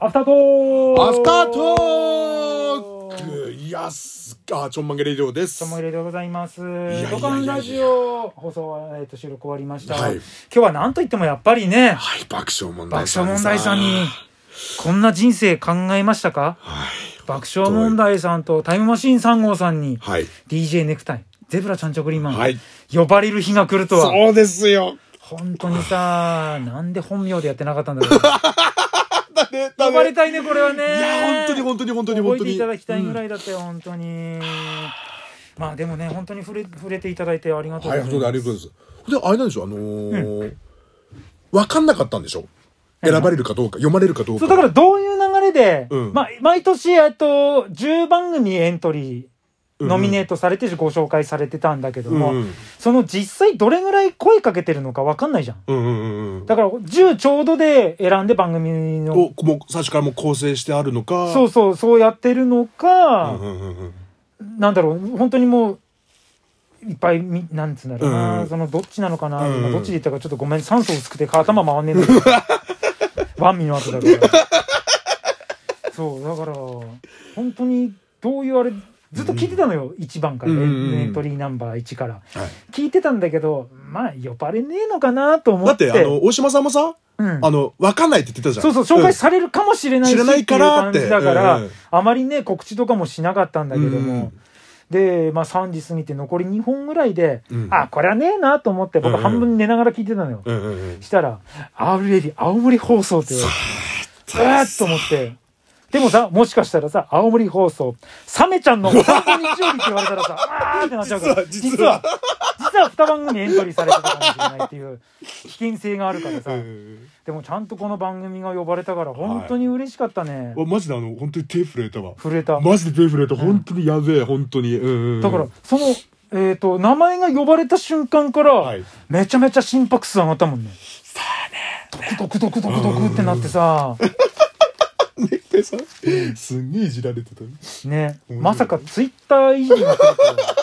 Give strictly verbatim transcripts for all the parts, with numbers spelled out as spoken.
アフタートークアフタートークイエスあちょんまげレディオですちょんまげレディオございます。 いやいやいやいや土管ラジオ放送は、えー、と収録終わりました、 はい、 今日は何と言ってもやっぱりね、 はい、爆笑問題爆笑問題さんにこんな人生考えましたか、はい、爆笑問題さんとタイムマシーンさん号さんに、はい、ディージェー ネクタイゼブラちゃんちょくりマン、はい、呼ばれる日が来るとは。 そうですよ。 本当にさなんで本名でやってなかったんだろう呼ばれたいねこれはね。いや本当に本当に本当に本当に覚えていただきたいぐらいだったよ、うん、本当に。まあでもね本当に触れ触れていただいてありがとうございます。 はい、ありがとうございます。であれなんでしょう、あのーうん、分かんなかったんでしょ、選ばれるかどうか読まれるかどうか。 そうだからどういう流れで、うん、まあ毎年えっとじゅうばん組エントリーノミネートされてご紹介されてたんだけども、うんうん、その実際どれぐらい声かけてるのか分かんないじゃん、うんうんうん、だからじゅうちょうどで選んで番組のもう最初からもう構成してあるのか、 そうそうそうやってるのか、うんうんうんうん、なんだろう本当にもういっぱいみなんつうんだろうな、うん、そのどっちなのかな、うん、今どっちで言ったかちょっとごめん酸素薄くて頭回んねえんだけどワンミの後だからそうだから本当にどういうあれずっと聞いてたのよ、うん、いちばんから、うんうん、エントリーナンバーいちから、はい、聞いてたんだけどまあ呼ばれねえのかなと思って。 だってあの大島さんもさ、うん、あの分かんないって言ってたじゃん。 そうそう紹介されるかもしれないし、うん、知らないからっていう感じだから、うん、あまりね告知とかもしなかったんだけども、うん、で、まあ、さんじ過ぎて残りにほんぐらいで、うん、あこれはねえなと思って僕半分寝ながら聞いてたのよ、うんうんうん、したら アールエーディー 青森放送って言われてうーっと思って、でもさ、もしかしたらさ、青森放送、サメちゃんのお散歩日曜日って言われたらさ、あーってなっちゃうから、実は、実は、実はに番組エントリーされてたかもしれないっていう危険性があるからさ、でもちゃんとこの番組が呼ばれたから本当に嬉しかったね。 はい、マジであの、本当に手震えたわ。 震えた。 マジで手震えた。本当にやべえ、うん、本当に。うんうんうん、 だから、その、えっと、名前が呼ばれた瞬間から、はい、めちゃめちゃ心拍数上がったもんね。 さあね。 ドクドクドクドクドクってなってさ、 ネクタイさん、うん、すんげえいじられてたね。まさかツイッターいじりが来るとは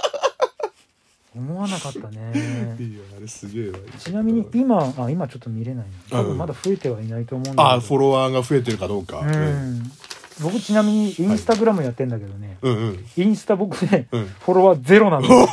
思わなかったね。 いいよあれすげえわ。 ちなみに今あ今ちょっと見れないな。多分まだ増えてはいないと思うんだけど。 あフォロワーが増えてるかどうか。うん。うん、 僕ちなみにインスタグラムやってんだけどね。 はい、うんうん、 インスタ僕ね、うん、フォロワーゼロなんですよ。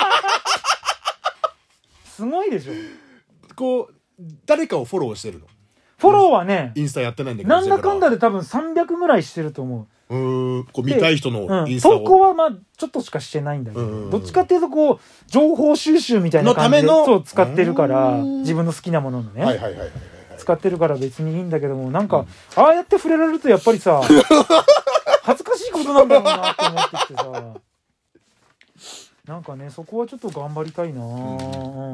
すごいでしょ。 こう誰かをフォローしてるの。 フォローはね、 インスタやってないんだけど、 なんだかんだで多分さんびゃくぐらいしてると思う。 うーん、こう見たい人のインスタを、 うん、投稿はまあちょっとしかしてないんだけど、うんうんうん、どっちかっていうとこう情報収集みたいな感じでそう使ってるから、自分の好きなもののね、はいはいはいはい、使ってるから別にいいんだけども、なんか、うん、ああやって触れられるとやっぱりさ恥ずかしいことなんだろうなって思ってきてさ、なんかねそこはちょっと頑張りたいな、うん、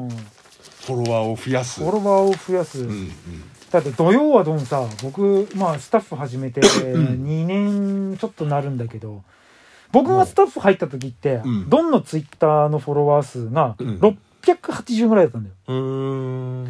フォロワーを増やすフォロワーを増やす、うんうん、だって土曜はどんさ僕、まあ、スタッフ始めてにねんちょっとなるんだけど、僕がスタッフ入った時って、うん、ドンのツイッターのフォロワー数がろっぴゃくはちじゅうぐらいだったんだよ、うん、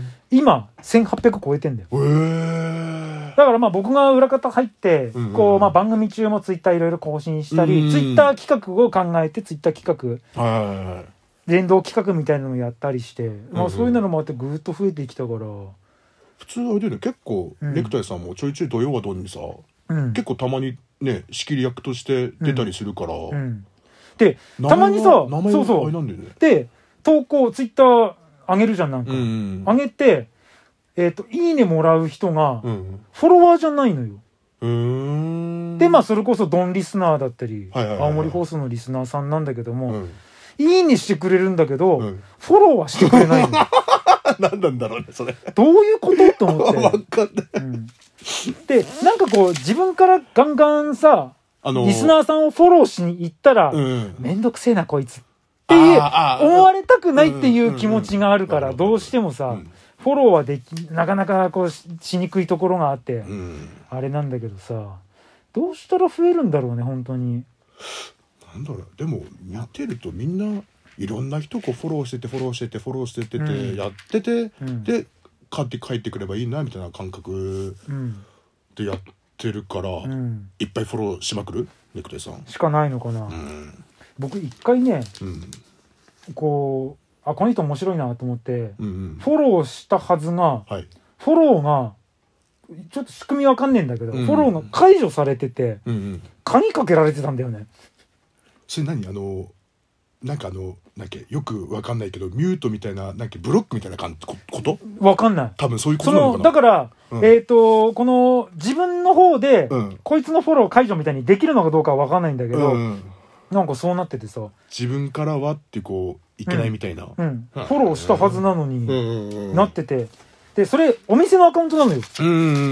今せんはっぴゃく超えてんだよ、えー、だからまあ僕が裏方入って、うんうん、こうまあ、番組中もツイッターいろいろ更新したり、うんうん、ツイッター企画を考えてツイッター企画、はいはいはい、連動企画みたいなのをやったりして、うんうん、まあ、そういうのもあってぐーっと増えてきたから、 普通あれだよね、結構、うん、ネクタイさんもちょいちょい土曜はどんにさ、うん、結構たまにね仕切り役として出たりするから、うんうん、でたまにさ名前そうそうあれなんだよね、で投稿ツイッター上げるじゃん、なんか、うんうん、上げてえっといいねもらう人がフォロワーじゃないのよ、うん、でまあそれこそドンリスナーだったり、はいはいはいはい、青森放送のリスナーさんなんだけども、うん、いいねしてくれるんだけど、うん、フォローはしてくれないの何なんだろうねそれ、 どういうことと思って分かんない、うん、 でなんかこう自分からガンガンさ、あのー、リスナーさんをフォローしに行ったら、うん、めんどくせえなこいつっていう思われたくないっていう気持ちがあるから、どうしてもさ、うん、フォローはできなかなかこう し, しにくいところがあって、うん、あれなんだけどさ、どうしたら増えるんだろうね本当に。 なんだろう、でも見てるとみんないろんな人こうフォローしててフォローしててフォローしてて、うん、やってて、うん、で買って帰ってくればいいなみたいな感覚でやってるから、うん、いっぱいフォローしまくるネクタイさんしかないのかな、うん、僕一回ね、うん、こうあこの人面白いなと思って、うんうん、フォローしたはずが、はい、フォローがちょっと仕組みわかんねえんだけど、うん、フォローが解除されてて、うんうん、鍵かけられてたんだよね。 それ何あのなんかあのなんかよくわかんないけどミュートみたいななんかブロックみたいな感じことわかんない。 多分そういうことなのかな。 だから、うん、えっ、ー、とこの自分の方で、うん、こいつのフォロー解除みたいにできるのかどうかはわかんないんだけど、うん、なんかそうなっててさ、 自分からはってこういけないみたいな、 うんうん、フォローしたはずなのになってて、でそれお店のアカウントなのよ。うんうんうん、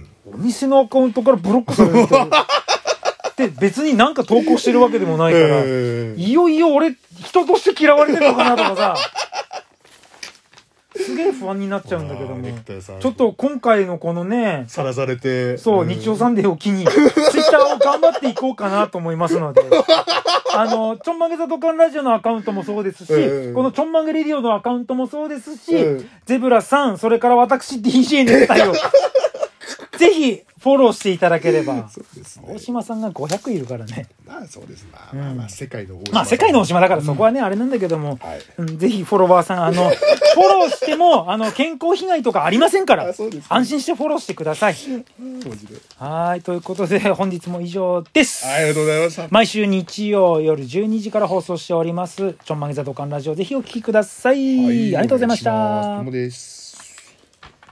お店のアカウントからブロックされるってで別になんか投稿してるわけでもないから、えー、いよいよ俺人として嫌われてるのかなとかさすげえ不安になっちゃうんだけども、ちょっと今回のこのねさらされてそう、うん、日曜サンデーを機にツイッターを頑張っていこうかなと思いますのであのちょんまげざ土管ラジオのアカウントもそうですし、うん、このちょんまげレディオのアカウントもそうですし、うん、ゼブラさんそれから私 ディージェー ネクタイをぜひフォローしていただければ。そうですね、大島さんがごひゃくいるからね。 まあそうですな、うん、まあまあ世界の大島、 まあ世界の大島だからそこはね、うん、あれなんだけども、はい、うん、ぜひフォロワーさんあのフォローしてもあの健康被害とかありませんから、そうです、ね、安心してフォローしてください。はい、ということで本日も以上です。 ありがとうございました。 毎週日曜夜じゅうにじから放送しておりますちょんまげざ土管ラジオ、ぜひお聞きください。はい、ありがとうございました。 どうもです。